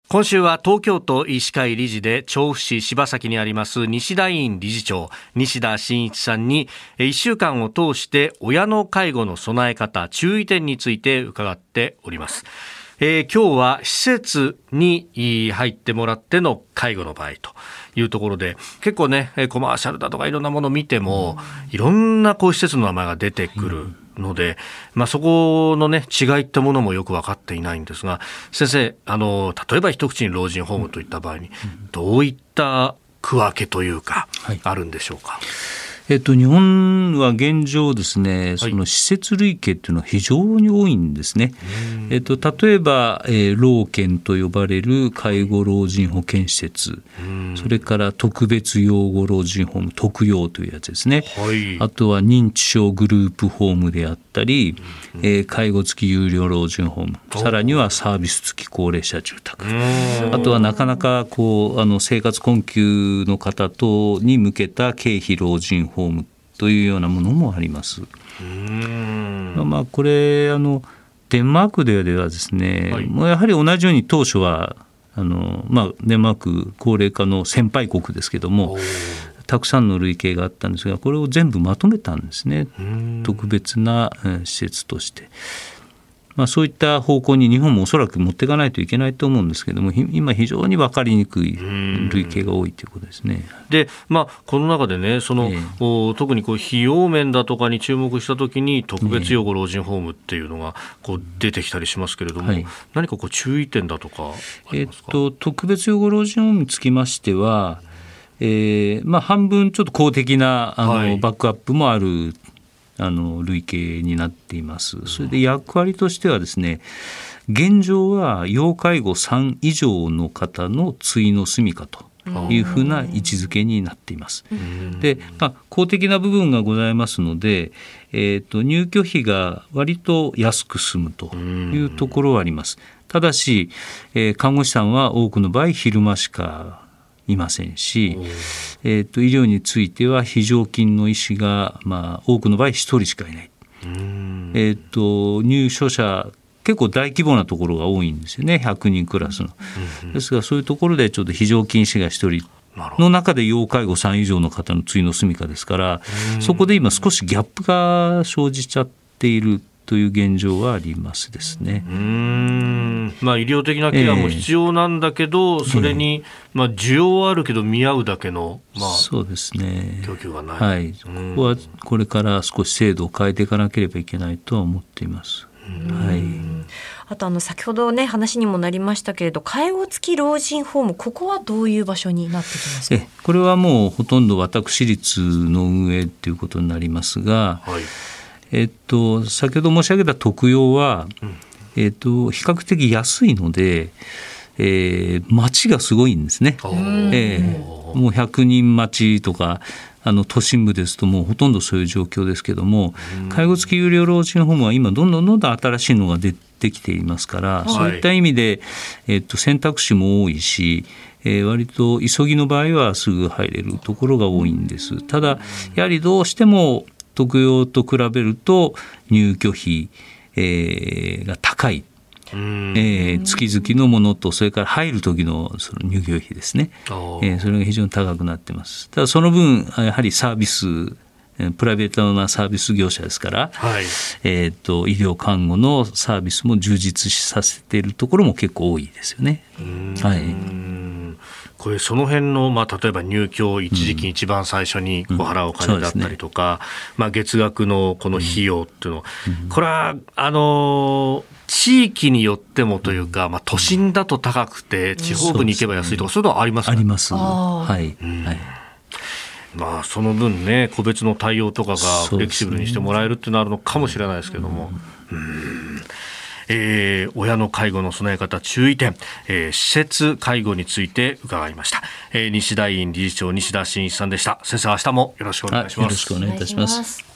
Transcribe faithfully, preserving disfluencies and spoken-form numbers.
今週は東京都医師会理事で調布市柴崎にあります西田院理事長西田真一さんにいっしゅうかんを通して親の介護の備え方注意点について伺っております。えー、今日は施設に入ってもらっての介護の場合というところで、結構ねコマーシャルだとかいろんなものを見てもいろんなこう施設の名前が出てくるので、まあ、そこのね違いってものもよく分かっていないんですが、先生、あの例えば一口に老人ホームといった場合にどういった区分けというかあるんでしょうか。はい、 えっと、日本は現状ですね、その施設類型っていうのは非常に多いんですね。えっと、例えば、えー、老健と呼ばれる介護老人保健施設、それから特別養護老人ホーム特養というやつですね。はい、あとは認知症グループホームであったり、えー、介護付き有料老人ホーム、さらにはサービス付き高齢者住宅、あとはなかなかこうあの生活困窮の方等に向けた経費老人ホームというようなものもあります。うーん、まあ、これあのデンマークではですね、はい、もうやはり同じように当初はあの、まあ、デンマーク高齢化の先輩国ですけども、たくさんの類型があったんですが、これを全部まとめたんですね。特別な施設として、まあ、そういった方向に日本もおそらく持っていかないといけないと思うんですけども、今非常に分かりにくい類型が多いということですね。 で、まあ、この中でねその、えー、特にこう費用面だとかに注目したときに特別養護老人ホームっていうのがこう出てきたりしますけれども、はい、何かこう注意点だとかありますか。えー、っと特別養護老人ホームにつきましては、えーまあ、半分ちょっと公的なあの、はい、バックアップもあるあの類型になっています。それで役割としてはですね、現状は要介護さん以上の方の終の住処というふうな位置づけになっています。で、まあ、公的な部分がございますので、えーと、入居費が割と安く済むというところはあります。ただし、えー、看護師さんは多くの場合昼間しかいませんし、えー、と医療については非常勤の医師が、まあ、多くの場合ひとりしかいない。えー、と入所者結構大規模なところが多いんですよね、ひゃくにんクラスの。ですがそういうところでちょっと非常勤医師がひとりの中で要介護さん以上の方の終の住処ですから、そこで今少しギャップが生じちゃっているという現状はありますですね。 うーん、まあ、医療的なケアも必要なんだけど、えー、それに、まあ、需要はあるけど見合うだけの、まあ、 そうですね、 供給がない、 はい、ここはこれから少し制度を変えていかなければいけないとは思っています。はい、 あとあの先ほどね話にもなりましたけれど、介護付き老人ホーム、ここはどういう場所になってきますか。 えこれはもうほとんど私立の運営ということになりますが、はい、えっと、先ほど申し上げた特養は、うんえっと、比較的安いので、えー、待ちがすごいんですね。えー、もうひゃくにん待ちとか、あの都心部ですともうほとんどそういう状況ですけども、介護付き有料老人ホームは今どんどんどんどん新しいのが出てきていますから、はい、そういった意味で、えっと、選択肢も多いし、えー、割と急ぎの場合はすぐ入れるところが多いんです。ただやはりどうしても特養と比べると入居費、えー、が高い、えー、月々のものとそれから入る時のその入居費ですね、えー、それが非常に高くなっています。ただその分やはりサービスプライベートなサービス業者ですから、はいえー、と医療看護のサービスも充実させているところも結構多いですよね。うーん、はい、 これその辺の、まあ、例えば入居一時金一番最初にこう払うお金だったりとか、うんうんねまあ、月額のこの費用っていうの、うん、これはあの地域によってもというか、まあ、都心だと高くて地方部に行けば安いとか、そういうのはありますか。 あります。はい、うんはいまあ、その分ね個別の対応とかがフレキシブルにしてもらえるっていうのはあるのかもしれないですけども、うーんえー、親の介護の備え方注意点、えー、施設介護について伺いました。えー、西田院理事長西田真一さんでした。先生、明日もよろしくお願いします。 よろしくお願いいたします。